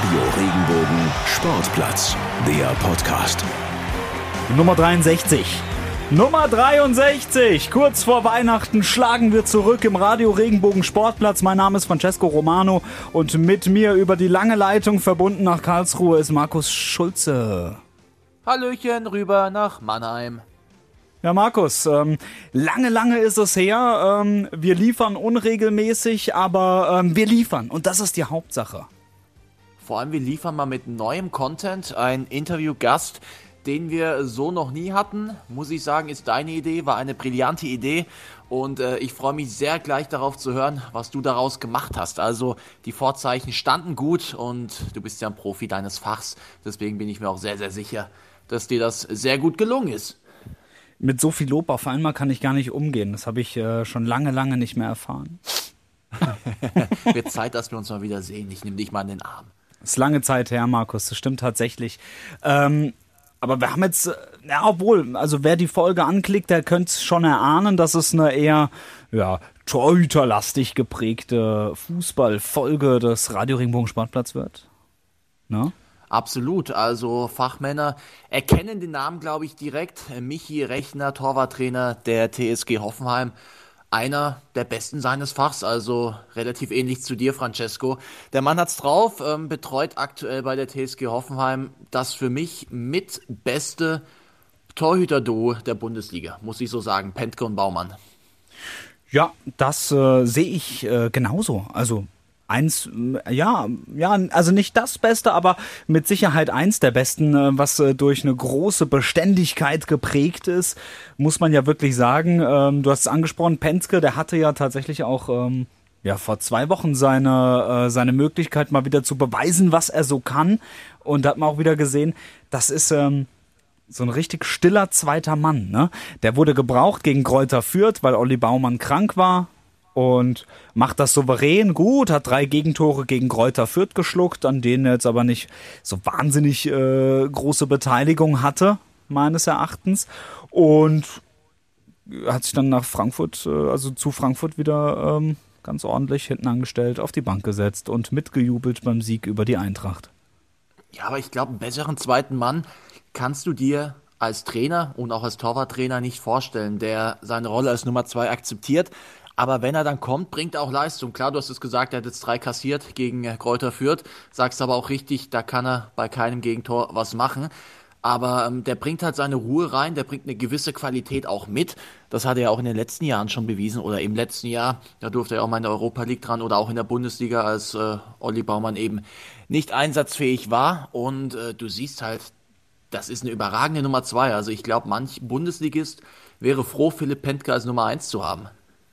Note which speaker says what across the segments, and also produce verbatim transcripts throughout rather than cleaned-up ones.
Speaker 1: Radio Regenbogen Sportplatz, der Podcast.
Speaker 2: Nummer dreiundsechzig. Nummer dreiundsechzig. Kurz vor Weihnachten schlagen wir zurück im Radio Regenbogen Sportplatz. Mein Name ist Francesco Romano und mit mir über die lange Leitung verbunden nach Karlsruhe ist Markus Schulze.
Speaker 3: Hallöchen, rüber nach Mannheim.
Speaker 2: Ja, Markus, ähm, lange, lange ist es her. Ähm, wir liefern unregelmäßig, aber ähm, wir liefern und das ist die Hauptsache.
Speaker 3: Vor allem, wir liefern mal mit neuem Content, ein Interviewgast, den wir so noch nie hatten. Muss ich sagen, ist deine Idee, war eine brillante Idee und äh, ich freue mich sehr gleich darauf zu hören, was du daraus gemacht hast. Also die Vorzeichen standen gut und du bist ja ein Profi deines Fachs, deswegen bin ich mir auch sehr, sehr sicher, dass dir das sehr gut gelungen ist.
Speaker 2: Mit so viel Lob auf einmal kann ich gar nicht umgehen. Das habe ich äh, schon lange, lange nicht mehr erfahren.
Speaker 3: Wird Zeit, dass wir uns mal wieder sehen. Ich nehme dich mal in den Arm.
Speaker 2: Das ist lange Zeit her, Markus. Das stimmt tatsächlich. Ähm, aber wir haben jetzt, äh, ja, obwohl, also wer die Folge anklickt, der könnte schon erahnen, dass es eine eher, ja, torhüterlastig geprägte Fußballfolge des Radio Regenbogen Sportplatz wird. Ne?
Speaker 3: Absolut, also Fachmänner erkennen den Namen, glaube ich, direkt. Michi Rechner, Torwarttrainer der T S G Hoffenheim, einer der Besten seines Fachs, also relativ ähnlich zu dir, Francesco. Der Mann hat's drauf, ähm, betreut aktuell bei der T S G Hoffenheim das für mich mit beste Torhüter-Duo der Bundesliga, muss ich so sagen, Pentke und Baumann.
Speaker 2: Ja, das äh, sehe ich äh, genauso, also Eins, ja, ja, also nicht das Beste, aber mit Sicherheit eins der Besten, was durch eine große Beständigkeit geprägt ist, muss man ja wirklich sagen. Du hast es angesprochen, Pentke, der hatte ja tatsächlich auch ja vor zwei Wochen seine seine Möglichkeit mal wieder zu beweisen, was er so kann. Und da hat man auch wieder gesehen, das ist ähm, so ein richtig stiller zweiter Mann, ne? Der wurde gebraucht gegen Greuther Fürth, weil Olli Baumann krank war. Und macht das souverän gut, hat drei Gegentore gegen Greuther Fürth geschluckt, an denen er jetzt aber nicht so wahnsinnig äh, große Beteiligung hatte, meines Erachtens. Und hat sich dann nach Frankfurt, äh, also zu Frankfurt wieder ähm, ganz ordentlich hinten angestellt, auf die Bank gesetzt und mitgejubelt beim Sieg über die Eintracht.
Speaker 3: Ja, aber ich glaube, einen besseren zweiten Mann kannst du dir als Trainer und auch als Torwarttrainer nicht vorstellen, der seine Rolle als Nummer zwei akzeptiert. Aber wenn er dann kommt, bringt er auch Leistung. Klar, du hast es gesagt, er hat jetzt drei kassiert gegen Greuther Fürth. Sagst aber auch richtig, da kann er bei keinem Gegentor was machen. Aber ähm, der bringt halt seine Ruhe rein, der bringt eine gewisse Qualität auch mit. Das hat er ja auch in den letzten Jahren schon bewiesen oder im letzten Jahr. Da durfte er auch mal in der Europa League dran oder auch in der Bundesliga, als äh, Olli Baumann eben nicht einsatzfähig war. Und äh, du siehst halt, das ist eine überragende Nummer zwei. Also ich glaube, manch Bundesligist wäre froh, Philipp Pentke als Nummer eins zu haben.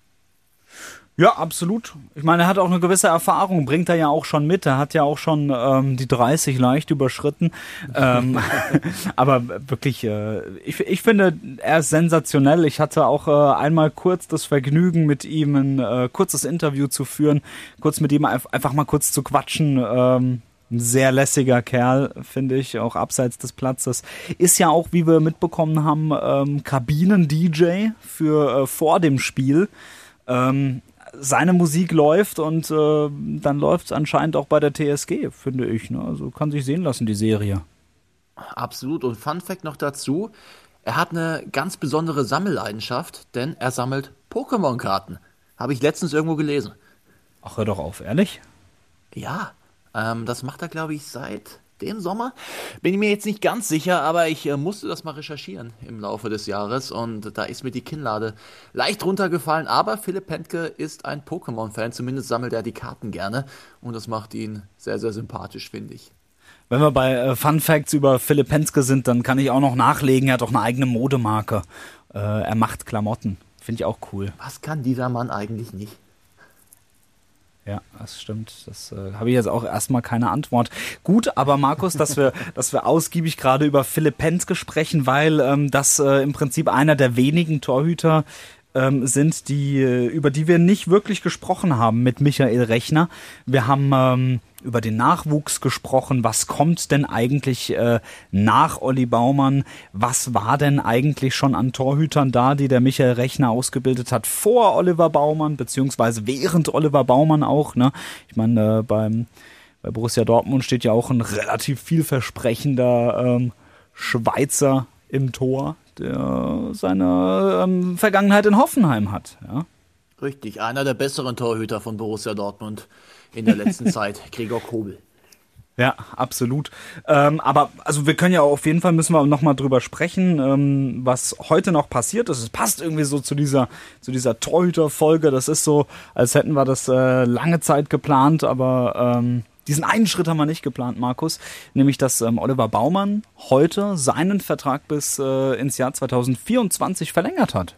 Speaker 2: Ja, absolut. Ich meine, er hat auch eine gewisse Erfahrung, bringt er ja auch schon mit. Er hat ja auch schon ähm, die dreißig leicht überschritten. ähm, aber wirklich, äh, ich, ich finde, er ist sensationell. Ich hatte auch äh, einmal kurz das Vergnügen, mit ihm ein äh, kurzes Interview zu führen, kurz mit ihm einfach mal kurz zu quatschen. Ähm, ein sehr lässiger Kerl, finde ich, auch abseits des Platzes. Ist ja auch, wie wir mitbekommen haben, ähm, Kabinen-D J für äh, vor dem Spiel. Ähm, seine Musik läuft und äh, dann läuft es anscheinend auch bei der T S G, finde ich. Ne? Also kann sich sehen lassen, die Serie.
Speaker 3: Absolut. Und Fun Fact noch dazu, er hat eine ganz besondere Sammelleidenschaft, denn er sammelt Pokémon-Karten. Habe ich letztens irgendwo gelesen.
Speaker 2: Ach, hör doch auf, ehrlich?
Speaker 3: Ja, ähm, das macht er, glaube ich, seit dem Sommer. Bin ich mir jetzt nicht ganz sicher, aber ich äh, musste das mal recherchieren im Laufe des Jahres und da ist mir die Kinnlade leicht runtergefallen, aber Philipp Pentke ist ein Pokémon-Fan, zumindest sammelt er die Karten gerne und das macht ihn sehr, sehr sympathisch, finde ich.
Speaker 2: Wenn wir bei äh, Fun Facts über Philipp Pentke sind, dann kann ich auch noch nachlegen, er hat auch eine eigene Modemarke. Äh, er macht Klamotten, finde ich auch cool.
Speaker 3: Was kann dieser Mann eigentlich nicht?
Speaker 2: Ja, das stimmt. Das äh, habe ich jetzt auch erstmal keine Antwort. Gut, aber Markus, dass wir, dass wir ausgiebig gerade über Philipp Pentke sprechen, weil ähm, das äh, im Prinzip einer der wenigen Torhüter ähm, sind, die über die wir nicht wirklich gesprochen haben mit Michael Rechner. Wir haben ähm, über den Nachwuchs gesprochen. Was kommt denn eigentlich äh, nach Olli Baumann? Was war denn eigentlich schon an Torhütern da, die der Michael Rechner ausgebildet hat vor Oliver Baumann, beziehungsweise während Oliver Baumann auch, ne? Ich meine, äh, beim Bei Borussia Dortmund steht ja auch ein relativ vielversprechender ähm, Schweizer im Tor, der seine ähm, Vergangenheit in Hoffenheim hat. Ja?
Speaker 3: Richtig, einer der besseren Torhüter von Borussia Dortmund in der letzten Zeit, Gregor Kobel.
Speaker 2: Ja, absolut. Ähm, aber also wir können ja auf jeden Fall, müssen wir noch mal drüber sprechen, ähm, was heute noch passiert ist. Es passt irgendwie so zu dieser zu dieser Torhüter-Folge. Das ist so, als hätten wir das äh, lange Zeit geplant, aber ähm, diesen einen Schritt haben wir nicht geplant, Markus. Nämlich, dass ähm, Oliver Baumann heute seinen Vertrag bis äh, ins Jahr zwanzig vierundzwanzig verlängert hat.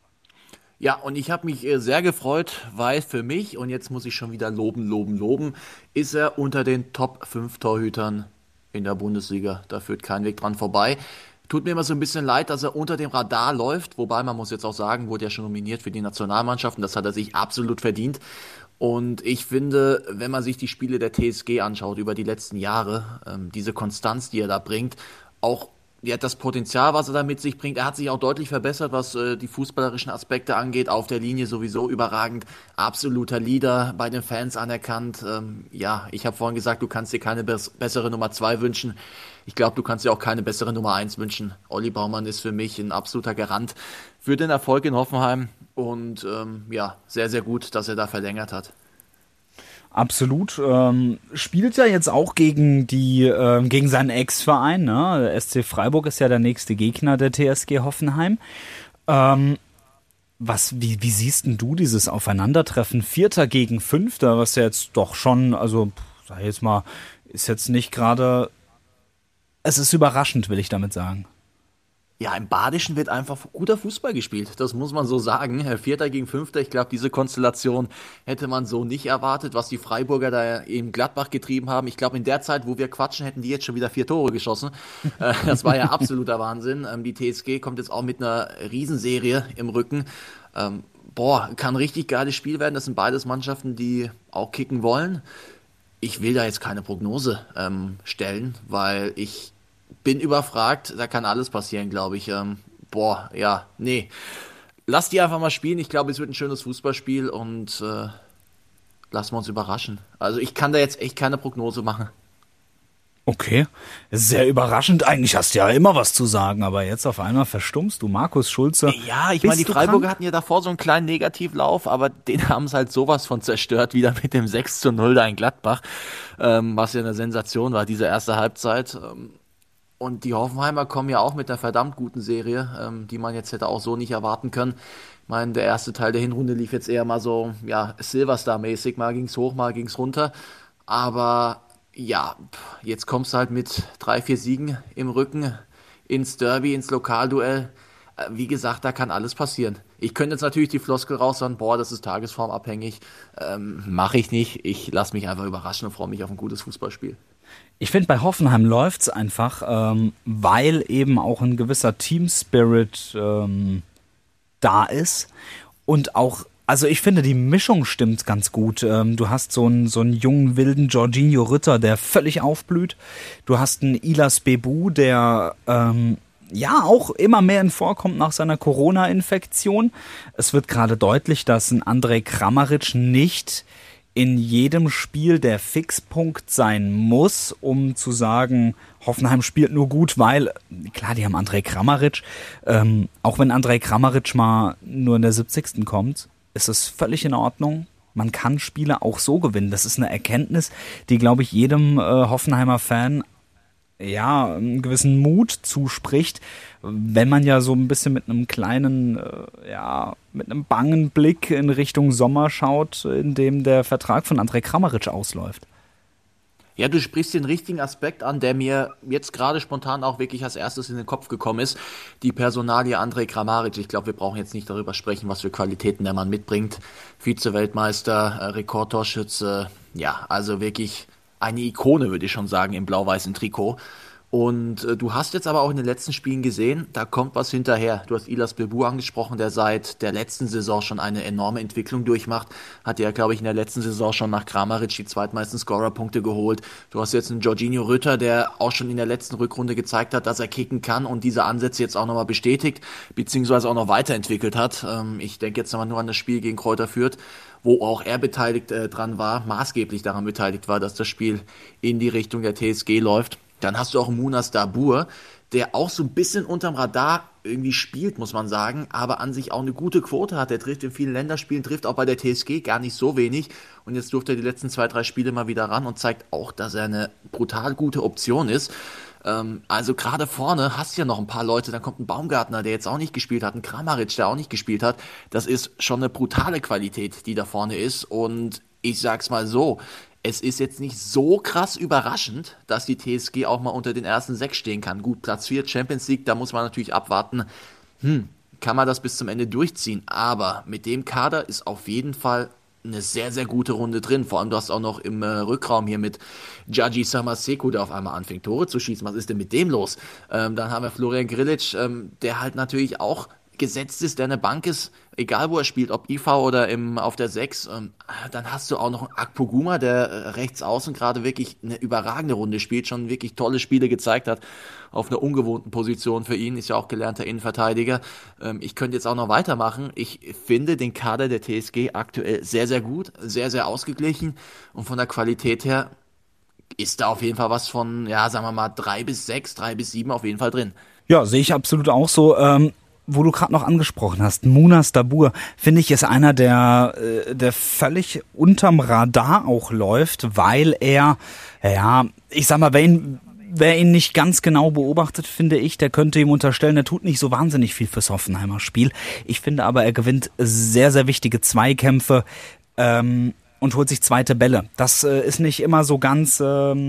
Speaker 3: Ja, und ich habe mich sehr gefreut, weil für mich, und jetzt muss ich schon wieder loben, loben, loben, ist er unter den Top fünf Torhütern in der Bundesliga. Da führt kein Weg dran vorbei. Tut mir immer so ein bisschen leid, dass er unter dem Radar läuft, wobei man muss jetzt auch sagen, wurde ja schon nominiert für die Nationalmannschaft und das hat er sich absolut verdient. Und ich finde, wenn man sich die Spiele der T S G anschaut über die letzten Jahre, ähm, diese Konstanz, die er da bringt, auch ja, das Potenzial, was er da mit sich bringt, er hat sich auch deutlich verbessert, was äh, die fußballerischen Aspekte angeht, auf der Linie sowieso überragend, absoluter Leader, bei den Fans anerkannt. Ähm, ja, ich habe vorhin gesagt, du kannst dir keine bess- bessere Nummer zwei wünschen. Ich glaube, du kannst dir auch keine bessere Nummer eins wünschen. Olli Baumann ist für mich ein absoluter Garant für den Erfolg in Hoffenheim und ähm, ja, sehr, sehr gut, dass er da verlängert hat.
Speaker 2: Absolut. Ähm, spielt ja jetzt auch gegen die äh, gegen seinen Ex-Verein. Ne? Der S C Freiburg ist ja der nächste Gegner der T S G Hoffenheim. Ähm, was, wie, wie siehst denn du dieses Aufeinandertreffen Vierter gegen Fünfter, was ja jetzt doch schon, also sag ich jetzt mal, ist jetzt nicht gerade, es ist überraschend, will ich damit sagen.
Speaker 3: Ja, im Badischen wird einfach guter Fußball gespielt, das muss man so sagen. Vierter gegen Fünfter, ich glaube, diese Konstellation hätte man so nicht erwartet, was die Freiburger da in Gladbach getrieben haben. Ich glaube, in der Zeit, wo wir quatschen, hätten die jetzt schon wieder vier Tore geschossen. Das war ja absoluter Wahnsinn. Die T S G kommt jetzt auch mit einer Riesenserie im Rücken. Boah, kann ein richtig geiles Spiel werden. Das sind beides Mannschaften, die auch kicken wollen. Ich will da jetzt keine Prognose ähm, stellen, weil ich bin überfragt, da kann alles passieren, glaube ich. Ähm, boah, ja, nee. Lass die einfach mal spielen. Ich glaube, es wird ein schönes Fußballspiel und äh, lassen wir uns überraschen. Also ich kann da jetzt echt keine Prognose machen.
Speaker 2: Okay, sehr überraschend. Eigentlich hast du ja immer was zu sagen, aber jetzt auf einmal verstummst du, Markus Schulze.
Speaker 3: Ja, ich meine, die Freiburger krank? hatten ja davor so einen kleinen Negativlauf, aber den haben es halt sowas von zerstört, wieder mit dem sechs zu null da in Gladbach, ähm, was ja eine Sensation war, diese erste Halbzeit. Ähm, Und die Hoffenheimer kommen ja auch mit einer verdammt guten Serie, ähm, die man jetzt hätte auch so nicht erwarten können. Ich meine, der erste Teil der Hinrunde lief jetzt eher mal so, ja, Silverstar-mäßig. Mal ging's hoch, mal ging's runter. Aber ja, jetzt kommst du halt mit drei, vier Siegen im Rücken ins Derby, ins Lokalduell. Äh, wie gesagt, da kann alles passieren. Ich könnte jetzt natürlich die Floskel raushauen, boah, das ist tagesformabhängig. Ähm, Mache ich nicht. Ich lasse mich einfach überraschen und freue mich auf ein gutes Fußballspiel.
Speaker 2: Ich finde, bei Hoffenheim läuft's einfach, ähm, weil eben auch ein gewisser Team-Spirit ähm, da ist und auch, also ich finde, die Mischung stimmt ganz gut. Ähm, du hast so einen, so einen jungen, wilden Jorginho Rütter, der völlig aufblüht. Du hast einen Ilas Bebu, der ähm, ja auch immer mehr in vorkommt nach seiner Corona-Infektion. Es wird gerade deutlich, dass ein Andrej Kramaric nicht in jedem Spiel der Fixpunkt sein muss, um zu sagen, Hoffenheim spielt nur gut, weil, klar, die haben Andrej Kramaric, ähm, auch wenn Andrej Kramaric mal nur in der siebzigsten kommt, ist es völlig in Ordnung. Man kann Spiele auch so gewinnen. Das ist eine Erkenntnis, die, glaube ich, jedem äh, Hoffenheimer Fan ja, einen gewissen Mut zuspricht, wenn man ja so ein bisschen mit einem kleinen, äh, ja, mit einem bangen Blick in Richtung Sommer schaut, in dem der Vertrag von Andrej Kramaric ausläuft.
Speaker 3: Ja, du sprichst den richtigen Aspekt an, der mir jetzt gerade spontan auch wirklich als erstes in den Kopf gekommen ist. Die Personalie Andrej Kramaric. Ich glaube, wir brauchen jetzt nicht darüber sprechen, was für Qualitäten der Mann mitbringt. Vize-Weltmeister, äh, Rekordtorschütze, ja, also wirklich eine Ikone, würde ich schon sagen, im blau-weißen Trikot. Und äh, du hast jetzt aber auch in den letzten Spielen gesehen, da kommt was hinterher. Du hast Ilas Bebu angesprochen, der seit der letzten Saison schon eine enorme Entwicklung durchmacht. Hat ja, glaube ich, in der letzten Saison schon nach Kramaric die zweitmeisten Scorerpunkte geholt. Du hast jetzt einen Jorginho Rütter, der auch schon in der letzten Rückrunde gezeigt hat, dass er kicken kann und diese Ansätze jetzt auch nochmal bestätigt, beziehungsweise auch noch weiterentwickelt hat. Ähm, ich denke jetzt nochmal nur an das Spiel gegen Kräuter Fürth, wo auch er beteiligt äh, dran war, maßgeblich daran beteiligt war, dass das Spiel in die Richtung der T S G läuft. Dann hast du auch Munas Dabur, der auch so ein bisschen unterm Radar irgendwie spielt, muss man sagen, aber an sich auch eine gute Quote hat. Der trifft in vielen Länderspielen, trifft auch bei der T S G gar nicht so wenig. Und jetzt durfte er die letzten zwei, drei Spiele mal wieder ran und zeigt auch, dass er eine brutal gute Option ist. Ähm, also gerade vorne hast du ja noch ein paar Leute, dann kommt ein Baumgartner, der jetzt auch nicht gespielt hat, ein Kramaric, der auch nicht gespielt hat. Das ist schon eine brutale Qualität, die da vorne ist. Und ich sag's mal so, es ist jetzt nicht so krass überraschend, dass die T S G auch mal unter den ersten sechs stehen kann. Gut, Platz vier, Champions League, da muss man natürlich abwarten. Hm, kann man das bis zum Ende durchziehen? Aber mit dem Kader ist auf jeden Fall eine sehr, sehr gute Runde drin. Vor allem, du hast auch noch im äh, Rückraum hier mit Djadji Samaseko, der auf einmal anfängt, Tore zu schießen. Was ist denn mit dem los? Ähm, dann haben wir Florian Grillitsch, ähm, der halt natürlich auch gesetzt ist, der eine Bank ist, egal wo er spielt, ob I V oder im, auf der sechs, ähm, dann hast du auch noch einen Akpoguma, der äh, rechts außen gerade wirklich eine überragende Runde spielt, schon wirklich tolle Spiele gezeigt hat, auf einer ungewohnten Position für ihn, ist ja auch gelernter Innenverteidiger. Ähm, ich könnte jetzt auch noch weitermachen. Ich finde den Kader der T S G aktuell sehr, sehr gut, sehr, sehr ausgeglichen und von der Qualität her ist da auf jeden Fall was von, ja, sagen wir mal, drei bis sechs, drei bis sieben auf jeden Fall drin.
Speaker 2: Ja, sehe ich absolut auch so. Ähm Wo du gerade noch angesprochen hast, Munas Dabur, finde ich, ist einer, der, der völlig unterm Radar auch läuft, weil er, ja, ich sag mal, wer ihn, wer ihn nicht ganz genau beobachtet, finde ich, der könnte ihm unterstellen, er tut nicht so wahnsinnig viel fürs Hoffenheimer Spiel. Ich finde aber, er gewinnt sehr, sehr wichtige Zweikämpfe, ähm, und holt sich zweite Bälle. Das äh, ist nicht immer so ganz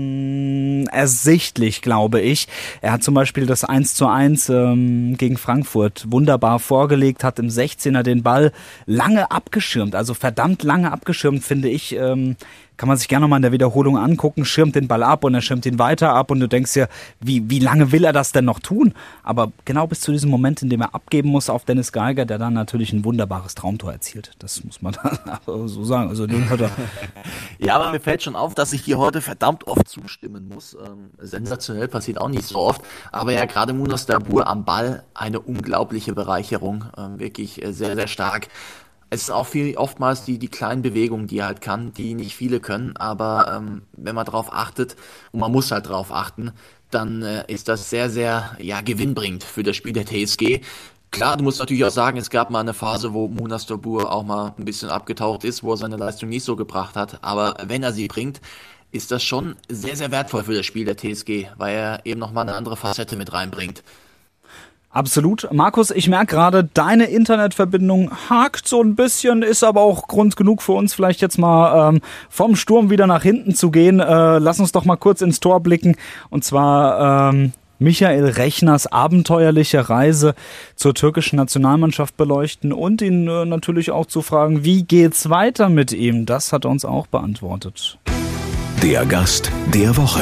Speaker 2: ähm, ersichtlich, glaube ich. Er hat zum Beispiel das eins zu eins ähm, gegen Frankfurt wunderbar vorgelegt, hat im sechzehner den Ball lange abgeschirmt, also verdammt lange abgeschirmt, finde ich. Ähm, kann man sich gerne nochmal in der Wiederholung angucken, schirmt den Ball ab und er schirmt ihn weiter ab und du denkst dir, wie, wie lange will er das denn noch tun? Aber genau bis zu diesem Moment, in dem er abgeben muss auf Dennis Geiger, der dann natürlich ein wunderbares Traumtor erzielt. Das muss man dann so sagen. Also den hat er.
Speaker 3: Ja, aber mir fällt schon auf, dass ich hier heute verdammt oft zustimmen muss. Ähm, sensationell, passiert auch nicht so oft. Aber ja, gerade Munas Dabur am Ball, eine unglaubliche Bereicherung. Ähm, wirklich äh, sehr, sehr stark. Es ist auch viel, oftmals die, die kleinen Bewegungen, die er halt kann, die nicht viele können, aber ähm, wenn man drauf achtet, und man muss halt drauf achten, dann äh, ist das sehr, sehr ja gewinnbringend für das Spiel der T S G. Klar, du musst natürlich auch sagen, es gab mal eine Phase, wo Munas Dabur auch mal ein bisschen abgetaucht ist, wo er seine Leistung nicht so gebracht hat, aber wenn er sie bringt, ist das schon sehr, sehr wertvoll für das Spiel der T S G, weil er eben nochmal eine andere Facette mit reinbringt.
Speaker 2: Absolut. Markus, ich merke gerade, deine Internetverbindung hakt so ein bisschen, ist aber auch Grund genug für uns, vielleicht jetzt mal ähm, vom Sturm wieder nach hinten zu gehen. Äh, lass uns doch mal kurz ins Tor blicken. Und zwar ähm, Michael Rechners abenteuerliche Reise zur türkischen Nationalmannschaft beleuchten und ihn äh, natürlich auch zu fragen, wie geht's weiter mit ihm? Das hat er uns auch beantwortet.
Speaker 1: Der Gast der Woche.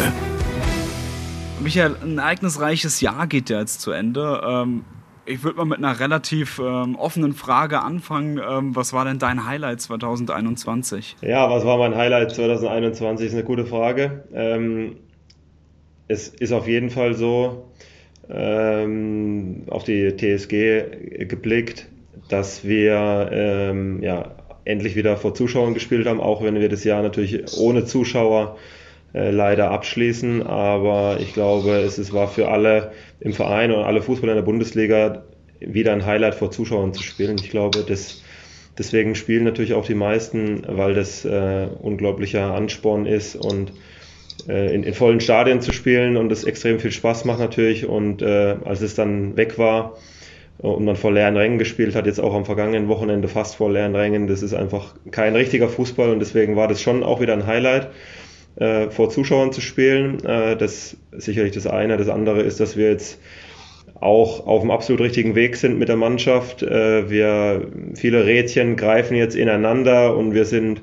Speaker 2: Michael, ein ereignisreiches Jahr geht ja jetzt zu Ende. Ähm, ich würde mal mit einer relativ ähm, offenen Frage anfangen. Ähm, was war denn dein Highlight zwanzig einundzwanzig?
Speaker 4: Ja, was war mein Highlight zwanzig einundzwanzig? Ist eine gute Frage. Ähm, es ist auf jeden Fall so, ähm, auf die T S G geblickt, dass wir ähm, ja, endlich wieder vor Zuschauern gespielt haben, auch wenn wir das Jahr natürlich ohne Zuschauer Äh, leider abschließen, aber ich glaube, es, es war für alle im Verein und alle Fußballer in der Bundesliga wieder ein Highlight vor Zuschauern zu spielen. Ich glaube, das, deswegen spielen natürlich auch die meisten, weil das äh, unglaublicher Ansporn ist und äh, in, in vollen Stadien zu spielen und es extrem viel Spaß macht natürlich und äh, als es dann weg war und man vor leeren Rängen gespielt hat, jetzt auch am vergangenen Wochenende fast vor leeren Rängen, das ist einfach kein richtiger Fußball und deswegen war das schon auch wieder ein Highlight, vor Zuschauern zu spielen. Das ist sicherlich das eine. Das andere ist, dass wir jetzt auch auf dem absolut richtigen Weg sind mit der Mannschaft. Wir, viele Rädchen greifen jetzt ineinander und wir sind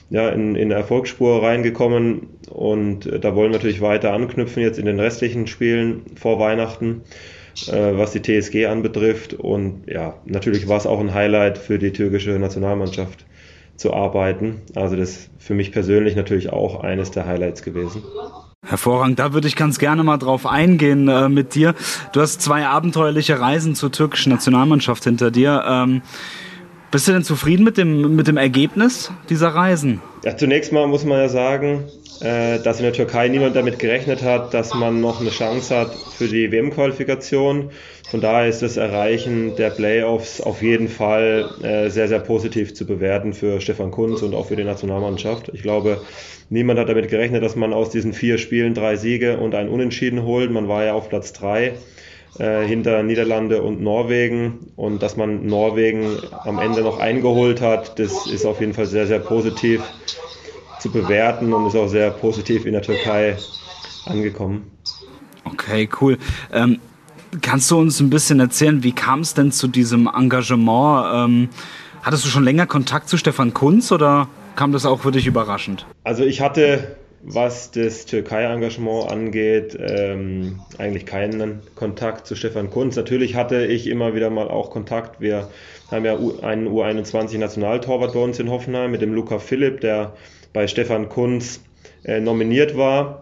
Speaker 4: ja, in, in eine Erfolgsspur reingekommen und äh, da wollen wir natürlich weiter anknüpfen jetzt in den restlichen Spielen vor Weihnachten, äh, was die T S G anbetrifft. Und ja, natürlich war es auch ein Highlight für die türkische Nationalmannschaft zu arbeiten. Also das ist für mich persönlich natürlich auch eines der Highlights gewesen.
Speaker 2: Hervorragend, da würde ich ganz gerne mal drauf eingehen äh, mit dir. Du hast zwei abenteuerliche Reisen zur türkischen Nationalmannschaft hinter dir. Ähm, bist du denn zufrieden mit dem, mit dem Ergebnis dieser Reisen?
Speaker 4: Ja, zunächst mal muss man ja sagen, äh, dass in der Türkei niemand damit gerechnet hat, dass man noch eine Chance hat für die W M-Qualifikation. Von daher ist das Erreichen der Playoffs auf jeden Fall äh, sehr, sehr positiv zu bewerten für Stefan Kuntz und auch für die Nationalmannschaft. Ich glaube, niemand hat damit gerechnet, dass man aus diesen vier Spielen drei Siege und ein Unentschieden holt. Man war ja auf Platz drei äh, hinter Niederlande und Norwegen. Und dass man Norwegen am Ende noch eingeholt hat, das ist auf jeden Fall sehr, sehr positiv zu bewerten und ist auch sehr positiv in der Türkei angekommen.
Speaker 2: Okay, cool. Ähm, kannst du uns ein bisschen erzählen, wie kam es denn zu diesem Engagement? Ähm, hattest du schon länger Kontakt zu Stefan Kuntz oder kam das auch für dich überraschend?
Speaker 4: Also ich hatte, was das Türkei-Engagement angeht, ähm, eigentlich keinen Kontakt zu Stefan Kuntz. Natürlich hatte ich immer wieder mal auch Kontakt. Wir haben ja einen U einundzwanzig-Nationaltorwart bei uns in Hoffenheim mit dem Luca Philipp, der bei Stefan Kuntz äh, nominiert war.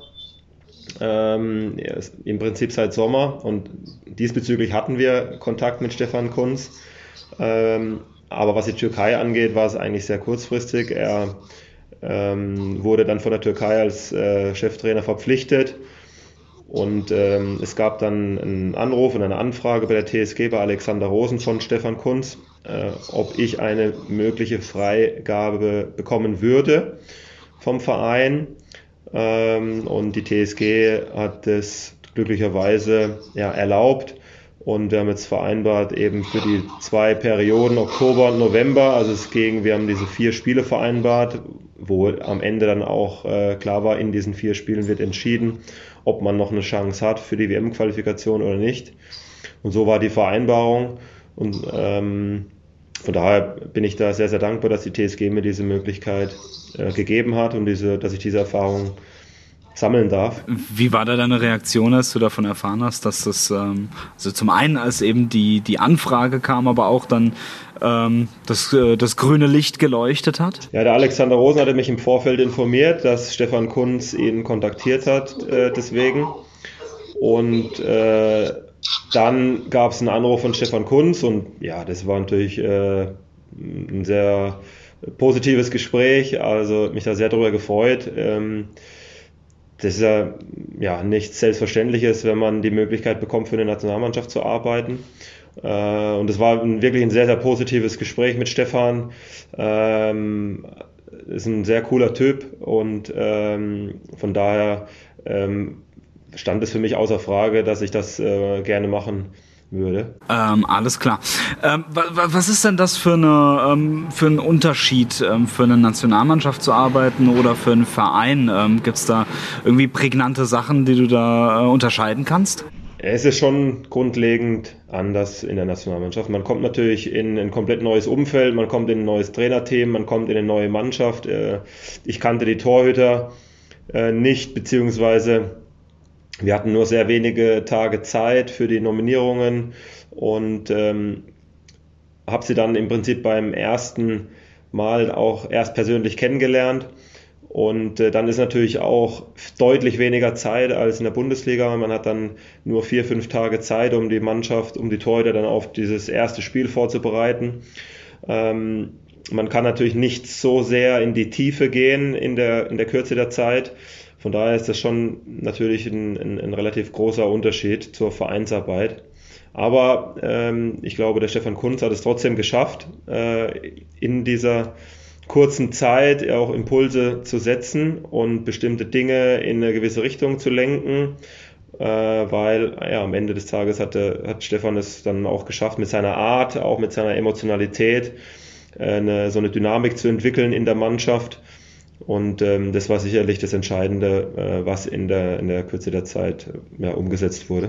Speaker 4: Ähm, im Prinzip seit Sommer, und diesbezüglich hatten wir Kontakt mit Stefan Kuntz. Ähm, aber was die Türkei angeht, war es eigentlich sehr kurzfristig. Er ähm, wurde dann von der Türkei als äh, Cheftrainer verpflichtet und ähm, es gab dann einen Anruf und eine Anfrage bei der T S G, bei Alexander Rosen von Stefan Kuntz, äh, ob ich eine mögliche Freigabe bekommen würde vom Verein. Und die T S G hat das glücklicherweise ja, erlaubt und wir haben jetzt vereinbart eben für die zwei Perioden Oktober und November, also es ging, wir haben diese vier Spiele vereinbart, wo am Ende dann auch äh, klar war, in diesen vier Spielen wird entschieden, ob man noch eine Chance hat für die W M-Qualifikation oder nicht. Und so war die Vereinbarung und ähm, von daher bin ich da sehr, sehr dankbar, dass die T S G mir diese Möglichkeit äh, gegeben hat und diese, dass ich diese Erfahrung sammeln darf.
Speaker 2: Wie war da deine Reaktion, als du davon erfahren hast, dass das, ähm, also zum einen als eben die, die Anfrage kam, aber auch dann ähm, das, äh, das grüne Licht geleuchtet hat?
Speaker 4: Ja, der Alexander Rosen hatte mich im Vorfeld informiert, dass Stefan Kuntz ihn kontaktiert hat, äh, deswegen. Und äh, dann gab es einen Anruf von Stefan Kuntz und ja, das war natürlich äh, ein sehr positives Gespräch, also mich da sehr darüber gefreut. Ähm, das ist ja, ja nichts Selbstverständliches, wenn man die Möglichkeit bekommt, für eine Nationalmannschaft zu arbeiten. Äh, und es war ein, wirklich ein sehr, sehr positives Gespräch mit Stefan. Ähm, ist ein sehr cooler Typ und ähm, von daher ähm, stand es für mich außer Frage, dass ich das äh, gerne machen würde.
Speaker 2: Ähm, alles klar. Ähm, wa- wa- was ist denn das für, eine, ähm, für ein Unterschied, ähm, für eine Nationalmannschaft zu arbeiten oder für einen Verein? Ähm, Gibt es da irgendwie prägnante Sachen, die du da äh, unterscheiden kannst?
Speaker 4: Es ist schon grundlegend anders in der Nationalmannschaft. Man kommt natürlich in ein komplett neues Umfeld, man kommt in ein neues Trainerteam, man kommt in eine neue Mannschaft. Ich kannte die Torhüter nicht, beziehungsweise wir hatten nur sehr wenige Tage Zeit für die Nominierungen und ähm, habe sie dann im Prinzip beim ersten Mal auch erst persönlich kennengelernt. Und äh, dann ist natürlich auch deutlich weniger Zeit als in der Bundesliga. Man hat dann nur vier, fünf Tage Zeit, um die Mannschaft, um die Torhüter dann auf dieses erste Spiel vorzubereiten. Ähm, man kann natürlich nicht so sehr in die Tiefe gehen in der, in der Kürze der Zeit. Von daher ist das schon natürlich ein, ein, ein relativ großer Unterschied zur Vereinsarbeit. Aber ähm, ich glaube, der Stefan Kuntz hat es trotzdem geschafft, äh, in dieser kurzen Zeit auch Impulse zu setzen und bestimmte Dinge in eine gewisse Richtung zu lenken, äh, weil ja, am Ende des Tages hatte, hat Stefan es dann auch geschafft, mit seiner Art, auch mit seiner Emotionalität, äh, eine, so eine Dynamik zu entwickeln in der Mannschaft. Und ähm, das war sicherlich das Entscheidende, äh, was in der, in der Kürze der Zeit ja, umgesetzt wurde.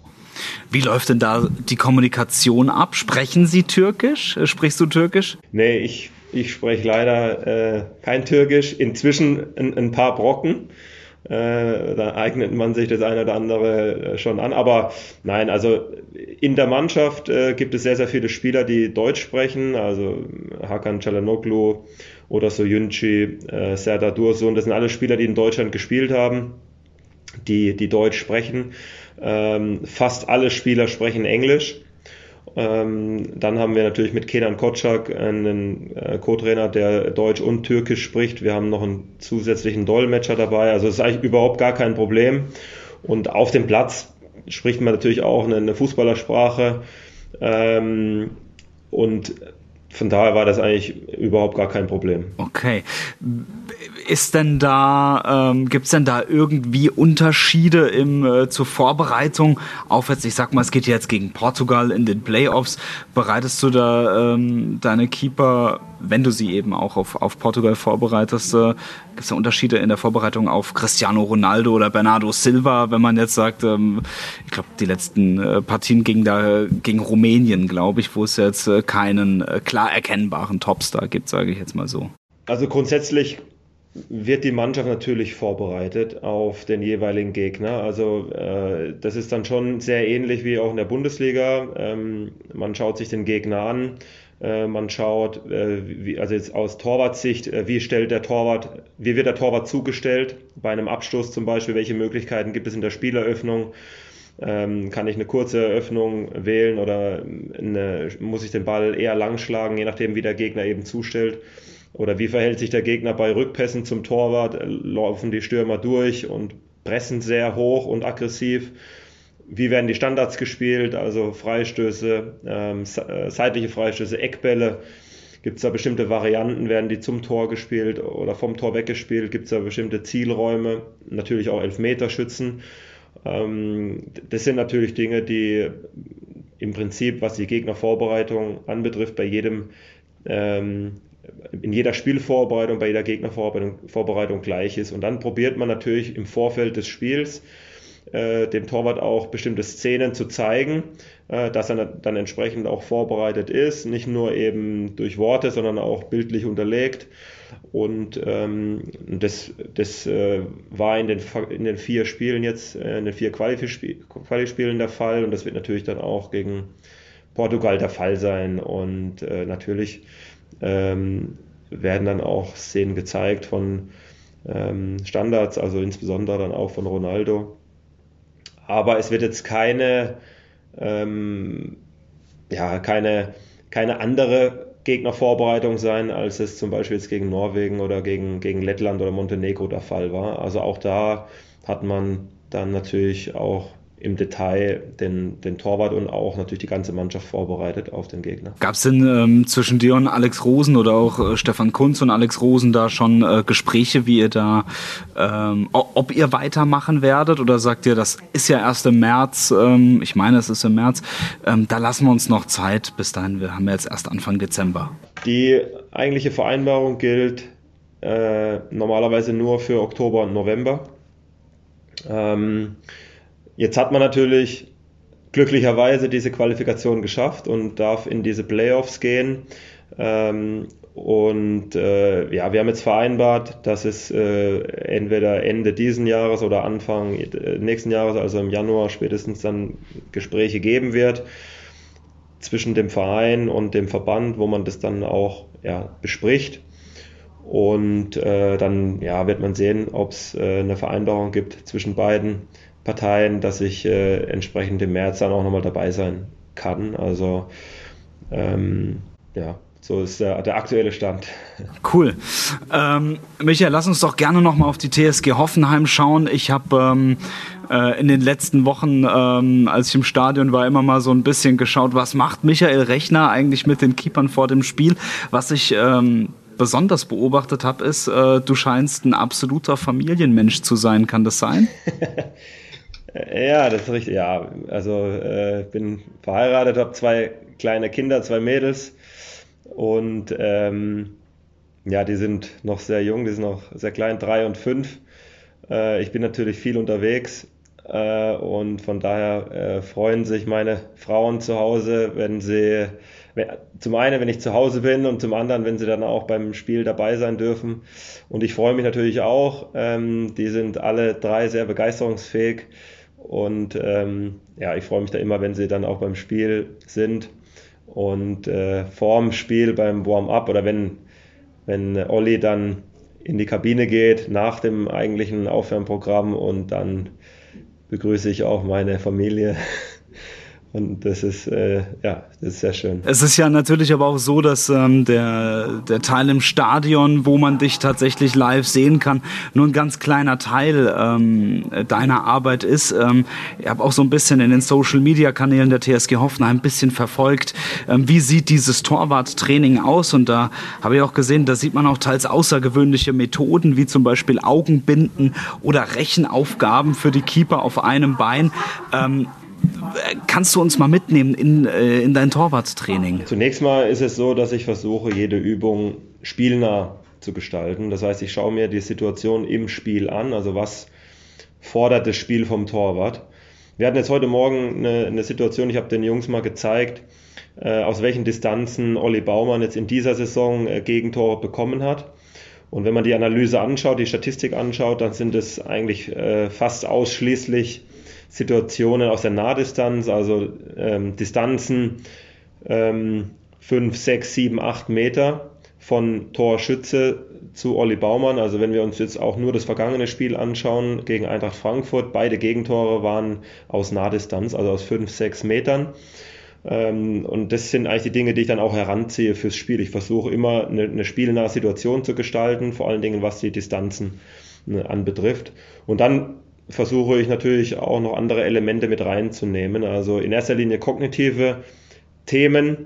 Speaker 2: Wie läuft denn da die Kommunikation ab? Sprechen Sie Türkisch? Sprichst du Türkisch?
Speaker 4: Nee, ich Ich spreche leider äh, kein Türkisch, inzwischen ein, ein paar Brocken. Äh, da eignet man sich das eine oder andere äh, schon an. Aber nein, also in der Mannschaft äh, gibt es sehr, sehr viele Spieler, die Deutsch sprechen. Also Hakan Çalhanoğlu oder Soyuncu, äh, Serdar Dursun. Das sind alle Spieler, die in Deutschland gespielt haben, die, die Deutsch sprechen. Ähm, fast alle Spieler sprechen Englisch. Ähm, dann haben wir natürlich mit Kenan Kocak einen äh, Co-Trainer, der Deutsch und Türkisch spricht. Wir haben noch einen zusätzlichen Dolmetscher dabei. Also es ist eigentlich überhaupt gar kein Problem. Und auf dem Platz spricht man natürlich auch eine, eine Fußballersprache. Ähm, und von daher war das eigentlich überhaupt gar kein Problem.
Speaker 2: Okay. Ist denn da, ähm, gibt es denn da irgendwie Unterschiede im, äh, zur Vorbereitung auf jetzt, ich sag mal, es geht jetzt gegen Portugal in den Playoffs, bereitest du da ähm, deine Keeper, wenn du sie eben auch auf, auf Portugal vorbereitest, äh, gibt es da Unterschiede in der Vorbereitung auf Cristiano Ronaldo oder Bernardo Silva, wenn man jetzt sagt, ähm, ich glaube, die letzten äh, Partien gegen, da, gegen Rumänien, glaube ich, wo es jetzt äh, keinen äh, klar erkennbaren Topstar gibt, sage ich jetzt mal so.
Speaker 4: Also grundsätzlich wird die Mannschaft natürlich vorbereitet auf den jeweiligen Gegner. Also äh, das ist dann schon sehr ähnlich wie auch in der Bundesliga. Ähm, man schaut sich den Gegner an, äh, man schaut, äh, wie, also jetzt aus Torwartsicht, äh, wie stellt der Torwart, wie wird der Torwart zugestellt bei einem Abstoß zum Beispiel, welche Möglichkeiten gibt es in der Spieleröffnung. Ähm, kann ich eine kurze Eröffnung wählen oder eine, muss ich den Ball eher lang schlagen, je nachdem wie der Gegner eben zustellt. Oder wie verhält sich der Gegner bei Rückpässen zum Torwart? Laufen die Stürmer durch und pressen sehr hoch und aggressiv? Wie werden die Standards gespielt? Also Freistöße, ähm, seitliche Freistöße, Eckbälle. Gibt es da bestimmte Varianten? Werden die zum Tor gespielt oder vom Tor weggespielt? Gibt es da bestimmte Zielräume? Natürlich auch Elfmeterschützen. Ähm, das sind natürlich Dinge, die im Prinzip, was die Gegnervorbereitung anbetrifft, bei jedem ähm, in jeder Spielvorbereitung, bei jeder Gegnervorbereitung Vorbereitung gleich ist. Und dann probiert man natürlich im Vorfeld des Spiels äh, dem Torwart auch bestimmte Szenen zu zeigen, äh, dass er dann entsprechend auch vorbereitet ist, nicht nur eben durch Worte, sondern auch bildlich unterlegt. Und ähm, das, das äh, war in den, in den vier Spielen jetzt, äh, in den vier Quali-Spielen der Fall. Und das wird natürlich dann auch gegen Portugal der Fall sein. Und äh, natürlich Ähm, werden dann auch Szenen gezeigt von ähm, Standards, also insbesondere dann auch von Ronaldo. Aber es wird jetzt keine, ähm, ja, keine, keine andere Gegnervorbereitung sein, als es zum Beispiel jetzt gegen Norwegen oder gegen, gegen Lettland oder Montenegro der Fall war. Also auch da hat man dann natürlich auch im Detail den, den Torwart und auch natürlich die ganze Mannschaft vorbereitet auf den Gegner.
Speaker 2: Gab es denn ähm, zwischen dir und Alex Rosen oder auch äh, Stefan Kuntz und Alex Rosen da schon äh, Gespräche, wie ihr da, ähm, ob ihr weitermachen werdet, oder sagt ihr, das ist ja erst im März, ähm, ich meine, es ist im März, ähm, da lassen wir uns noch Zeit, bis dahin, wir haben ja jetzt erst Anfang Dezember.
Speaker 4: Die eigentliche Vereinbarung gilt äh, normalerweise nur für Oktober und November. Ähm, Jetzt hat man natürlich glücklicherweise diese Qualifikation geschafft und darf in diese Playoffs gehen. Ähm, und äh, ja, wir haben jetzt vereinbart, dass es äh, entweder Ende diesen Jahres oder Anfang nächsten Jahres, also im Januar spätestens, dann Gespräche geben wird zwischen dem Verein und dem Verband, wo man das dann auch ja, bespricht. Und äh, dann ja, wird man sehen, ob es äh, eine Vereinbarung gibt zwischen beiden Parteien, dass ich äh, entsprechend im März dann auch nochmal dabei sein kann. Also ähm, ja, so ist der, der aktuelle Stand.
Speaker 2: Cool. Ähm, Michael, lass uns doch gerne nochmal auf die T S G Hoffenheim schauen. Ich habe ähm, äh, in den letzten Wochen, ähm, als ich im Stadion war, immer mal so ein bisschen geschaut, was macht Michael Rechner eigentlich mit den Keepern vor dem Spiel. Was ich ähm, besonders beobachtet habe, ist, äh, du scheinst ein absoluter Familienmensch zu sein. Kann das sein?
Speaker 4: Ja, das ist richtig. Ja, also äh, bin verheiratet, habe zwei kleine Kinder, zwei Mädels und ähm, ja, die sind noch sehr jung, die sind noch sehr klein, drei und fünf. Äh, ich bin natürlich viel unterwegs, Äh, und von daher äh, freuen sich meine Frauen zu Hause, wenn sie, wenn, zum einen, wenn ich zu Hause bin und zum anderen, wenn sie dann auch beim Spiel dabei sein dürfen. Und ich freue mich natürlich auch. Ähm, die sind alle drei sehr begeisterungsfähig. Und ähm, ja, ich freue mich da immer, wenn sie dann auch beim Spiel sind. Und äh, vorm Spiel beim Warm-up oder wenn, wenn Olli dann in die Kabine geht, nach dem eigentlichen Aufwärmprogramm, und dann begrüße ich auch meine Familie. Und das ist, äh, ja, das ist sehr schön.
Speaker 2: Es ist ja natürlich aber auch so, dass ähm, der, der Teil im Stadion, wo man dich tatsächlich live sehen kann, nur ein ganz kleiner Teil ähm, deiner Arbeit ist. Ähm, ich habe auch so ein bisschen in den Social-Media-Kanälen der T S G Hoffenheim ein bisschen verfolgt, ähm, wie sieht dieses Torwarttraining aus? Und da habe ich auch gesehen, da sieht man auch teils außergewöhnliche Methoden, wie zum Beispiel Augenbinden oder Rechenaufgaben für die Keeper auf einem Bein. Ähm, Kannst du uns mal mitnehmen in, äh, in dein Torwarttraining?
Speaker 4: Zunächst mal ist es so, dass ich versuche, jede Übung spielnah zu gestalten. Das heißt, ich schaue mir die Situation im Spiel an, also was fordert das Spiel vom Torwart. Wir hatten jetzt heute Morgen eine, eine Situation, ich habe den Jungs mal gezeigt, äh, aus welchen Distanzen Olli Baumann jetzt in dieser Saison äh, Gegentore bekommen hat. Und wenn man die Analyse anschaut, die Statistik anschaut, dann sind es eigentlich äh, fast ausschließlich Situationen aus der Nahdistanz, also ähm, Distanzen ähm, fünf, sechs, sieben, acht Meter von Torschütze zu Olli Baumann. Also wenn wir uns jetzt auch nur das vergangene Spiel anschauen gegen Eintracht Frankfurt, beide Gegentore waren aus Nahdistanz, also aus fünf, sechs Metern. Ähm, und das sind eigentlich die Dinge, die ich dann auch heranziehe fürs Spiel. Ich versuche immer eine, eine spielnahe Situation zu gestalten, vor allen Dingen was die Distanzen ne, anbetrifft. Und dann versuche ich natürlich auch noch andere Elemente mit reinzunehmen. Also in erster Linie kognitive Themen,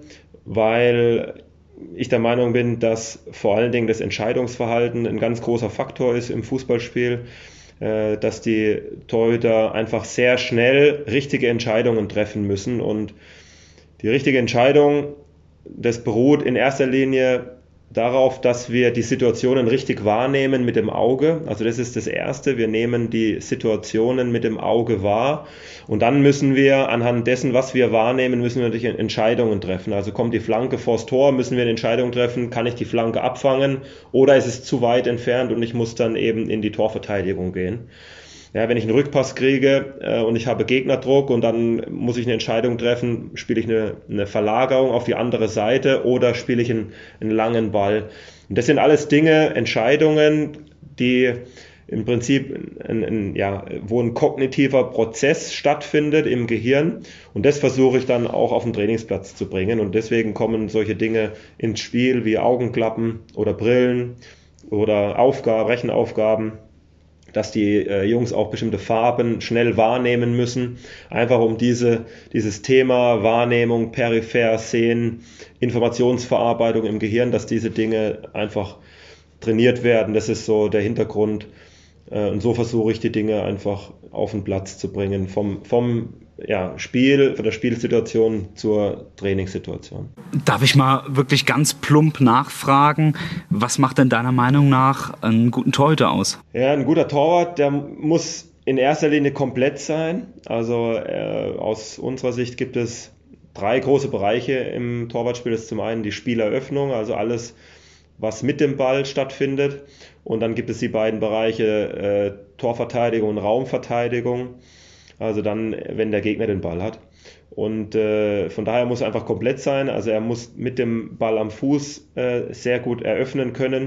Speaker 4: weil ich der Meinung bin, dass vor allen Dingen das Entscheidungsverhalten ein ganz großer Faktor ist im Fußballspiel, dass die Torhüter einfach sehr schnell richtige Entscheidungen treffen müssen. Und die richtige Entscheidung, das beruht in erster Linie darauf, dass wir die Situationen richtig wahrnehmen mit dem Auge. Also das ist das Erste. Wir nehmen die Situationen mit dem Auge wahr und dann müssen wir anhand dessen, was wir wahrnehmen, müssen wir natürlich Entscheidungen treffen. Also kommt die Flanke vors Tor, müssen wir eine Entscheidung treffen, kann ich die Flanke abfangen oder ist es zu weit entfernt und ich muss dann eben in die Torverteidigung gehen. Ja, wenn ich einen Rückpass kriege äh, und ich habe Gegnerdruck und dann muss ich eine Entscheidung treffen, spiele ich eine, eine Verlagerung auf die andere Seite oder spiele ich einen, einen langen Ball. Und das sind alles Dinge, Entscheidungen, die im Prinzip, ein, ein, ja, wo ein kognitiver Prozess stattfindet im Gehirn. Und das versuche ich dann auch auf den Trainingsplatz zu bringen. Und deswegen kommen solche Dinge ins Spiel wie Augenklappen oder Brillen oder Aufgaben, Rechenaufgaben, dass die äh, Jungs auch bestimmte Farben schnell wahrnehmen müssen, einfach um diese, dieses Thema Wahrnehmung, peripher sehen, Informationsverarbeitung im Gehirn, dass diese Dinge einfach trainiert werden. Das ist so der Hintergrund. Äh, und so versuche ich die Dinge einfach auf den Platz zu bringen, vom, vom ja, Spiel, von der Spielsituation zur Trainingssituation.
Speaker 2: Darf ich mal wirklich ganz plump nachfragen, was macht denn deiner Meinung nach einen guten Torhüter aus?
Speaker 4: Ja, ein guter Torwart, der muss in erster Linie komplett sein. Also äh, aus unserer Sicht gibt es drei große Bereiche im Torwartspiel. Das ist zum einen die Spieleröffnung, also alles, was mit dem Ball stattfindet. Und dann gibt es die beiden Bereiche äh, Torverteidigung und Raumverteidigung. Also dann, wenn der Gegner den Ball hat. Und äh, von daher muss er einfach komplett sein. Also er muss mit dem Ball am Fuß äh, sehr gut eröffnen können,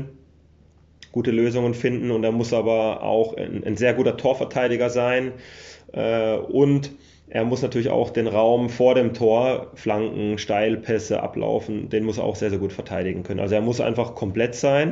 Speaker 4: gute Lösungen finden. Und er muss aber auch ein, ein sehr guter Torverteidiger sein. Äh, und er muss natürlich auch den Raum vor dem Tor, Flanken, Steilpässe ablaufen, den muss er auch sehr, sehr gut verteidigen können. Also er muss einfach komplett sein.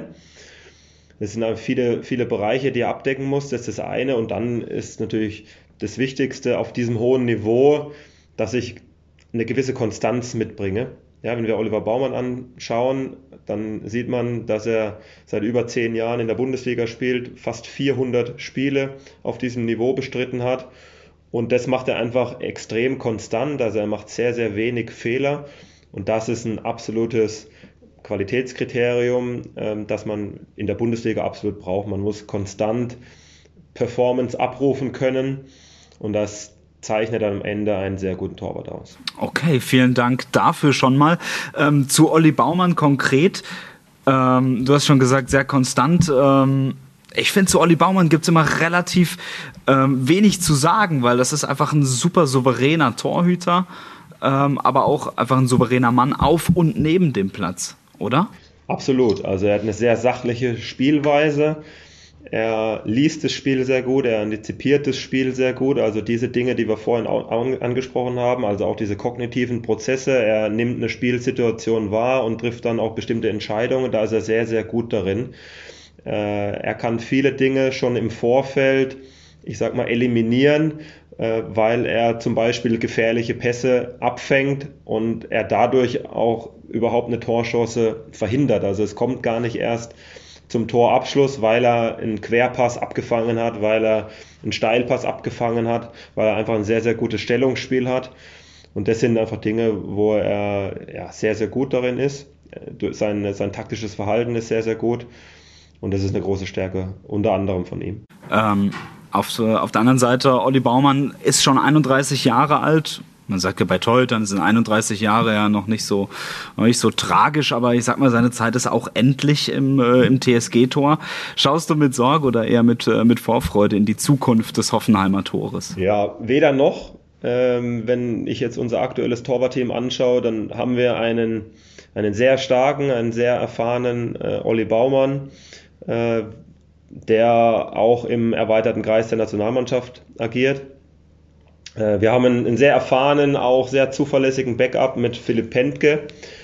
Speaker 4: Das sind viele, viele Bereiche, die er abdecken muss. Das ist das eine. Und dann ist natürlich das Wichtigste auf diesem hohen Niveau, dass ich eine gewisse Konstanz mitbringe. Ja, wenn wir Oliver Baumann anschauen, dann sieht man, dass er seit über zehn Jahren in der Bundesliga spielt, fast vierhundert Spiele auf diesem Niveau bestritten hat. Und das macht er einfach extrem konstant. Also er macht sehr, sehr wenig Fehler. Und das ist ein absolutes Qualitätskriterium, das man in der Bundesliga absolut braucht. Man muss konstant Performance abrufen können. und das zeichnet dann am Ende einen sehr guten Torwart aus.
Speaker 2: Okay, vielen Dank dafür schon mal. Ähm, zu Olli Baumann konkret. Ähm, du hast schon gesagt, sehr konstant. Ähm, ich finde, zu Olli Baumann gibt es immer relativ ähm, wenig zu sagen, weil das ist einfach ein super souveräner Torhüter, ähm, aber auch einfach ein souveräner Mann auf und neben dem Platz, oder?
Speaker 4: Absolut. Also er hat eine sehr sachliche Spielweise. Er liest das Spiel sehr gut, er antizipiert das Spiel sehr gut, also diese Dinge, die wir vorhin auch angesprochen haben, also auch diese kognitiven Prozesse, er nimmt eine Spielsituation wahr und trifft dann auch bestimmte Entscheidungen, da ist er sehr, sehr gut darin. Er kann viele Dinge schon im Vorfeld, ich sag mal, eliminieren, weil er zum Beispiel gefährliche Pässe abfängt und er dadurch auch überhaupt eine Torchance verhindert, also es kommt gar nicht erst zum Torabschluss, weil er einen Querpass abgefangen hat, weil er einen Steilpass abgefangen hat, weil er einfach ein sehr, sehr gutes Stellungsspiel hat. Und das sind einfach Dinge, wo er ja, sehr, sehr gut darin ist. Sein, sein taktisches Verhalten ist sehr, sehr gut. Und das ist eine große Stärke, unter anderem von ihm.
Speaker 2: Ähm, auf, auf der anderen Seite, Olli Baumann ist schon einunddreißig Jahre alt. Man sagt ja bei Torhütern sind einunddreißig Jahre ja noch nicht so, noch nicht so tragisch, aber ich sag mal, seine Zeit ist auch endlich im, äh, im T S G-Tor. Schaust du mit Sorge oder eher mit, äh, mit Vorfreude in die Zukunft des Hoffenheimer Tores?
Speaker 4: Ja, weder noch. Ähm, wenn ich jetzt unser aktuelles Torwartteam anschaue, dann haben wir einen, einen sehr starken, einen sehr erfahrenen äh, Olli Baumann, äh, der auch im erweiterten Kreis der Nationalmannschaft agiert. Wir haben einen sehr erfahrenen, auch sehr zuverlässigen Backup mit Philipp Pentke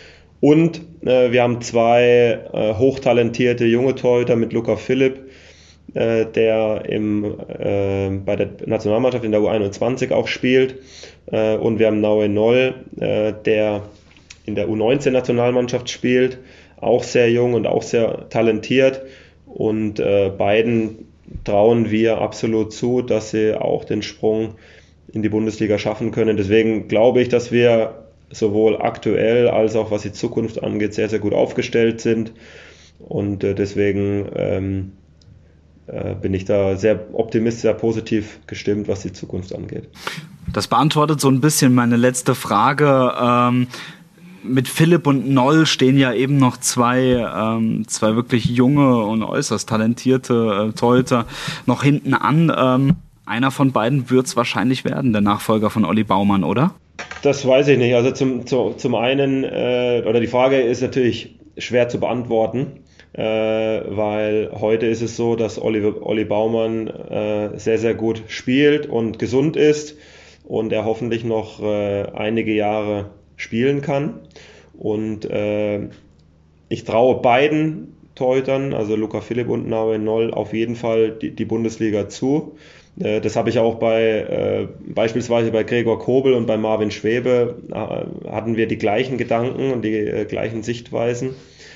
Speaker 4: und äh, wir haben zwei äh, hochtalentierte junge Torhüter mit Luca Philipp, äh, der im, äh, bei der Nationalmannschaft in der U einundzwanzig auch spielt äh, und wir haben Naue Noll, äh, der in der U neunzehn Nationalmannschaft spielt, auch sehr jung und auch sehr talentiert und äh, beiden trauen wir absolut zu, dass sie auch den Sprung in die Bundesliga schaffen können. Deswegen glaube ich, dass wir sowohl aktuell als auch was die Zukunft angeht, sehr, sehr gut aufgestellt sind. Und äh, deswegen ähm, äh, bin ich da sehr optimistisch, sehr positiv gestimmt, was die Zukunft angeht.
Speaker 2: Das beantwortet so ein bisschen meine letzte Frage. Ähm Mit Philipp und Noll stehen ja eben noch zwei, ähm, zwei wirklich junge und äußerst talentierte äh, Torhüter noch hinten an. Ähm, einer von beiden wird es wahrscheinlich werden, der Nachfolger von Olli Baumann, oder?
Speaker 4: Das weiß ich nicht. Also zum, zu, zum einen, äh, oder die Frage ist natürlich schwer zu beantworten, äh, weil heute ist es so, dass Olli, Olli Baumann äh, sehr, sehr gut spielt und gesund ist und er hoffentlich noch äh, einige Jahre spielen kann und äh, ich traue beiden Torhütern, also Luca Philipp und Naue Noll, auf jeden Fall die, die Bundesliga zu. Äh, das habe ich auch bei äh, beispielsweise bei Gregor Kobel und bei Marvin Schwebe äh, hatten wir die gleichen Gedanken und die äh, gleichen Sichtweisen.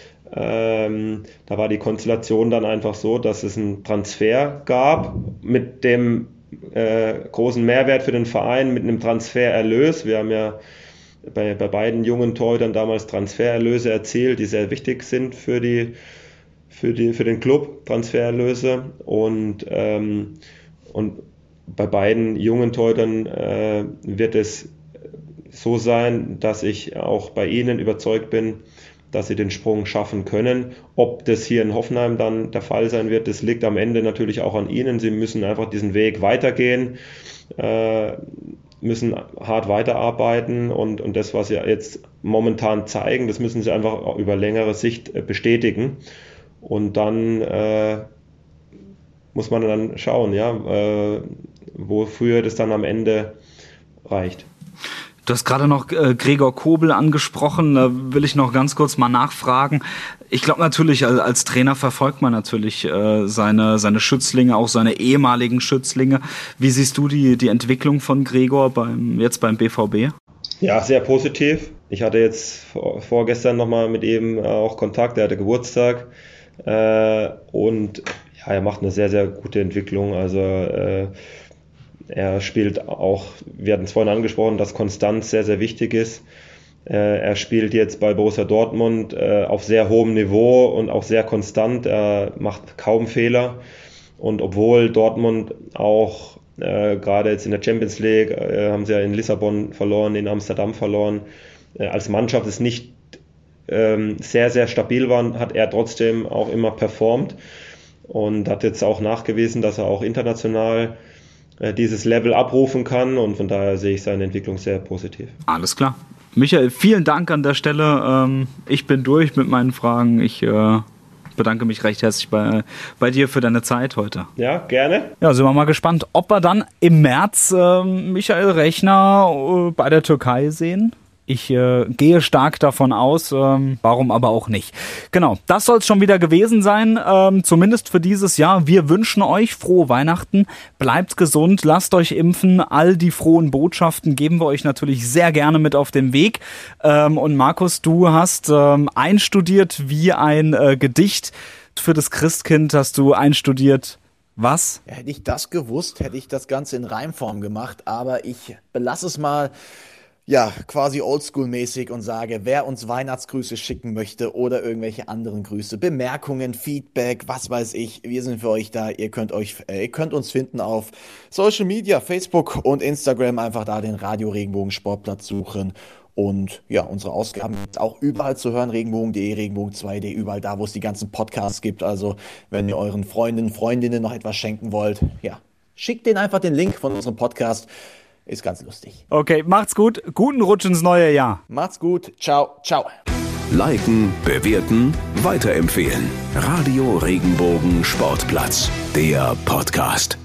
Speaker 4: Ähm, da war die Konstellation dann einfach so, dass es einen Transfer gab mit dem äh, großen Mehrwert für den Verein, mit einem Transfererlös. Wir haben ja Bei, bei beiden jungen Torhütern damals Transfererlöse erzielt, die sehr wichtig sind für, die, für, die, für den Club, Transfererlöse. Und, ähm, und bei beiden jungen Torhütern äh, wird es so sein, dass ich auch bei ihnen überzeugt bin, dass sie den Sprung schaffen können. Ob das hier in Hoffenheim dann der Fall sein wird, das liegt am Ende natürlich auch an ihnen. Sie müssen einfach diesen Weg weitergehen. Äh, müssen hart weiterarbeiten und, und das, was sie jetzt momentan zeigen, das müssen sie einfach auch über längere Sicht bestätigen. Und dann äh, muss man dann schauen, ja, äh, wofür das dann am Ende reicht.
Speaker 2: Du hast gerade noch äh, Gregor Kobel angesprochen, da will ich noch ganz kurz mal nachfragen. Ich glaube natürlich, als, als Trainer verfolgt man natürlich äh, seine, seine Schützlinge, auch seine ehemaligen Schützlinge. Wie siehst du die, die Entwicklung von Gregor beim, jetzt beim B V B?
Speaker 4: Ja, sehr positiv. Ich hatte jetzt vor, vorgestern nochmal mit ihm äh, auch Kontakt, er hatte Geburtstag äh, und ja, er macht eine sehr, sehr gute Entwicklung. Also äh, er spielt auch, wir hatten es vorhin angesprochen, dass Konstanz sehr, sehr wichtig ist. Er spielt jetzt bei Borussia Dortmund auf sehr hohem Niveau und auch sehr konstant. Er macht kaum Fehler. Und obwohl Dortmund auch Äh, gerade jetzt in der Champions League äh, haben sie ja in Lissabon verloren, in Amsterdam verloren. Äh, als Mannschaft ist nicht ähm, sehr, sehr stabil war, hat er trotzdem auch immer performt und hat jetzt auch nachgewiesen, dass er auch international äh, dieses Level abrufen kann, und von daher sehe ich seine Entwicklung sehr positiv.
Speaker 2: Alles klar. Michael, vielen Dank an der Stelle. Ähm, ich bin durch mit meinen Fragen. Ich äh, bedanke mich recht herzlich bei, bei dir für deine Zeit heute.
Speaker 4: Ja, gerne.
Speaker 2: Ja, sind wir mal gespannt, ob wir dann im März äh, Michael Rechner äh, bei der Türkei sehen. Ich äh, gehe stark davon aus, ähm, warum aber auch nicht. Genau, das soll es schon wieder gewesen sein, ähm, zumindest für dieses Jahr. Wir wünschen euch frohe Weihnachten, bleibt gesund, lasst euch impfen. All die frohen Botschaften geben wir euch natürlich sehr gerne mit auf den Weg. Ähm, und Markus, du hast ähm, einstudiert wie ein äh, Gedicht. Für das Christkind hast du einstudiert. Was?
Speaker 3: Ja, hätte ich das gewusst, hätte ich das Ganze in Reimform gemacht, aber ich belasse es mal ja, quasi oldschool-mäßig und sage, wer uns Weihnachtsgrüße schicken möchte oder irgendwelche anderen Grüße, Bemerkungen, Feedback, was weiß ich, wir sind für euch da. Ihr könnt euch, äh, ihr könnt uns finden auf Social Media, Facebook und Instagram, einfach da den Radio Regenbogen Sportplatz suchen. Und ja, unsere Ausgaben sind auch überall zu hören, regenbogen punkt de, regenbogen zwei punkt de, überall da, wo es die ganzen Podcasts gibt. Also, wenn ihr euren Freundinnen, Freundinnen noch etwas schenken wollt, ja, schickt denen einfach den Link von unserem Podcast. Ist ganz lustig.
Speaker 2: Okay, macht's gut. Guten Rutsch ins neue Jahr.
Speaker 3: Macht's gut. Ciao, ciao.
Speaker 1: Liken, bewerten, weiterempfehlen. Radio Regenbogen Sportplatz, der Podcast.